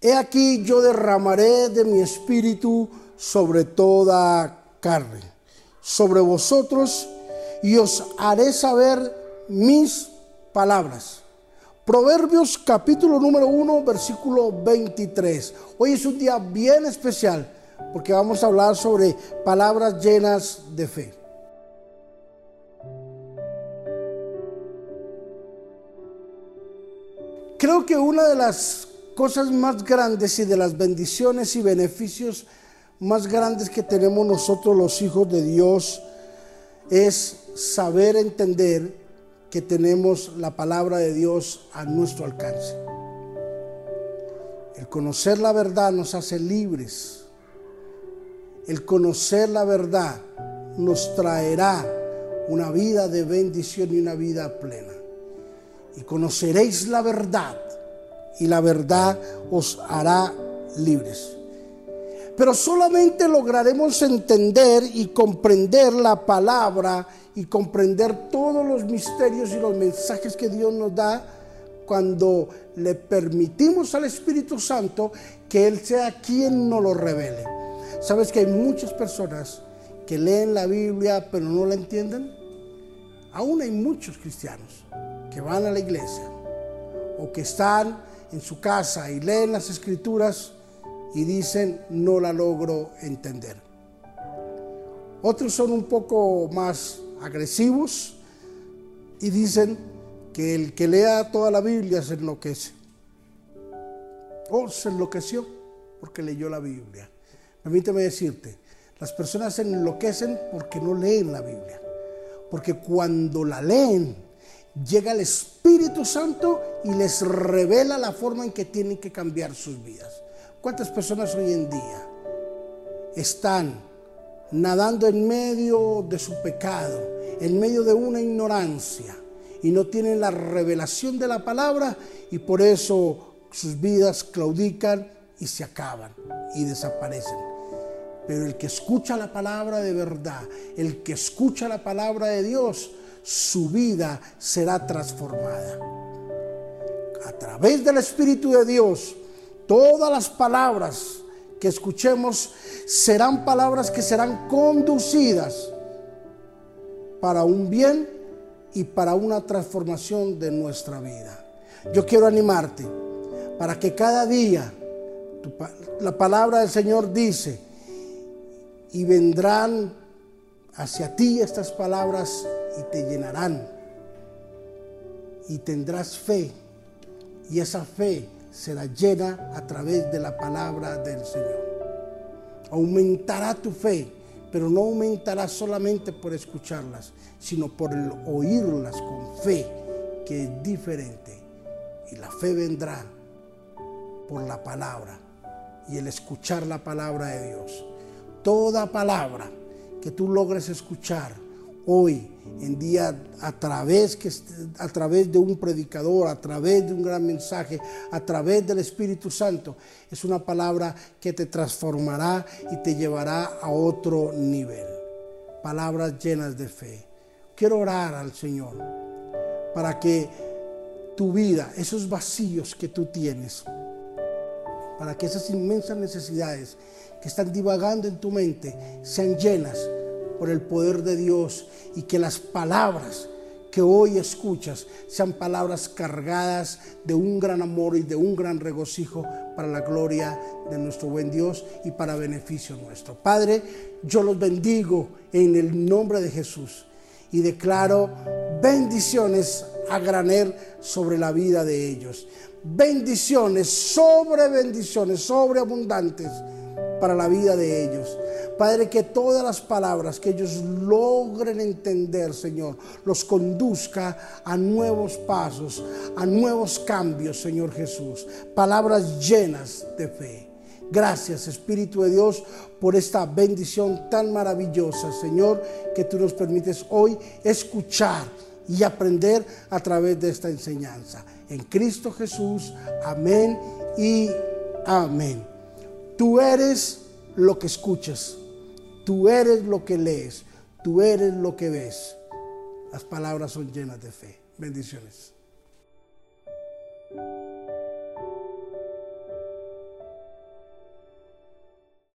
He aquí yo derramaré de mi espíritu sobre toda carne, sobre vosotros, y os haré saber mis palabras. Proverbios capítulo número 1, versículo 23. Hoy es un día bien especial porque vamos a hablar sobre palabras llenas de fe. Creo que una de las cosas más grandes y de las bendiciones y beneficios más grandes que tenemos nosotros los hijos de Dios es saber entender que tenemos la palabra de Dios a nuestro alcance. El conocer la verdad nos hace libres. El conocer la verdad nos traerá una vida de bendición y una vida plena. Y conoceréis la verdad, y la verdad os hará libres. Pero solamente lograremos entender y comprender la palabra y comprender todos los misterios y los mensajes que Dios nos da cuando le permitimos al Espíritu Santo que Él sea quien nos lo revele. ¿Sabes que hay muchas personas que leen la Biblia pero no la entienden? Aún hay muchos cristianos que van a la iglesia o que están en su casa y leen las Escrituras y dicen, no la logro entender. Otros son un poco más agresivos y dicen que el que lea toda la Biblia se enloquece. O se enloqueció porque leyó la Biblia. Permíteme decirte, las personas se enloquecen porque no leen la Biblia. Porque cuando la leen, llega el Espíritu Santo y les revela la forma en que tienen que cambiar sus vidas. ¿Cuántas personas hoy en día están nadando en medio de su pecado, en medio de una ignorancia, y no tienen la revelación de la palabra, y por eso sus vidas claudican y se acaban y desaparecen? Pero el que escucha la palabra de verdad, el que escucha la palabra de Dios, su vida será transformada. A través del Espíritu de Dios, todas las palabras que escuchemos serán palabras que serán conducidas para un bien y para una transformación de nuestra vida. Yo quiero animarte para que cada día, la palabra del Señor dice, y vendrán hacia ti estas palabras y te llenarán, y tendrás fe, y esa fe será llena a través de la palabra del Señor. Aumentará tu fe, pero no aumentará solamente por escucharlas, sino por el oírlas con fe, que es diferente. Y la fe vendrá por la palabra y el escuchar la palabra de Dios. Toda palabra que tú logres escuchar hoy en día a través de un predicador, a través de un gran mensaje, a través del Espíritu Santo, es una palabra que te transformará y te llevará a otro nivel. Palabras llenas de fe. Quiero orar al Señor para que tu vida, esos vacíos que tú tienes, para que esas inmensas necesidades que están divagando en tu mente sean llenas por el poder de Dios, y que las palabras que hoy escuchas sean palabras cargadas de un gran amor y de un gran regocijo para la gloria de nuestro buen Dios y para beneficio nuestro. Padre, yo los bendigo en el nombre de Jesús y declaro bendiciones a granel sobre la vida de ellos. Bendiciones, sobreabundantes para la vida de ellos. Padre, que todas las palabras que ellos logren entender, Señor, los conduzca a nuevos pasos, a nuevos cambios, Señor Jesús. Palabras llenas de fe. Gracias, Espíritu de Dios, por esta bendición tan maravillosa, Señor, que tú nos permites hoy escuchar y aprender a través de esta enseñanza. En Cristo Jesús, amén y amén. Tú eres lo que escuchas, tú eres lo que lees, tú eres lo que ves. Las palabras son llenas de fe. Bendiciones.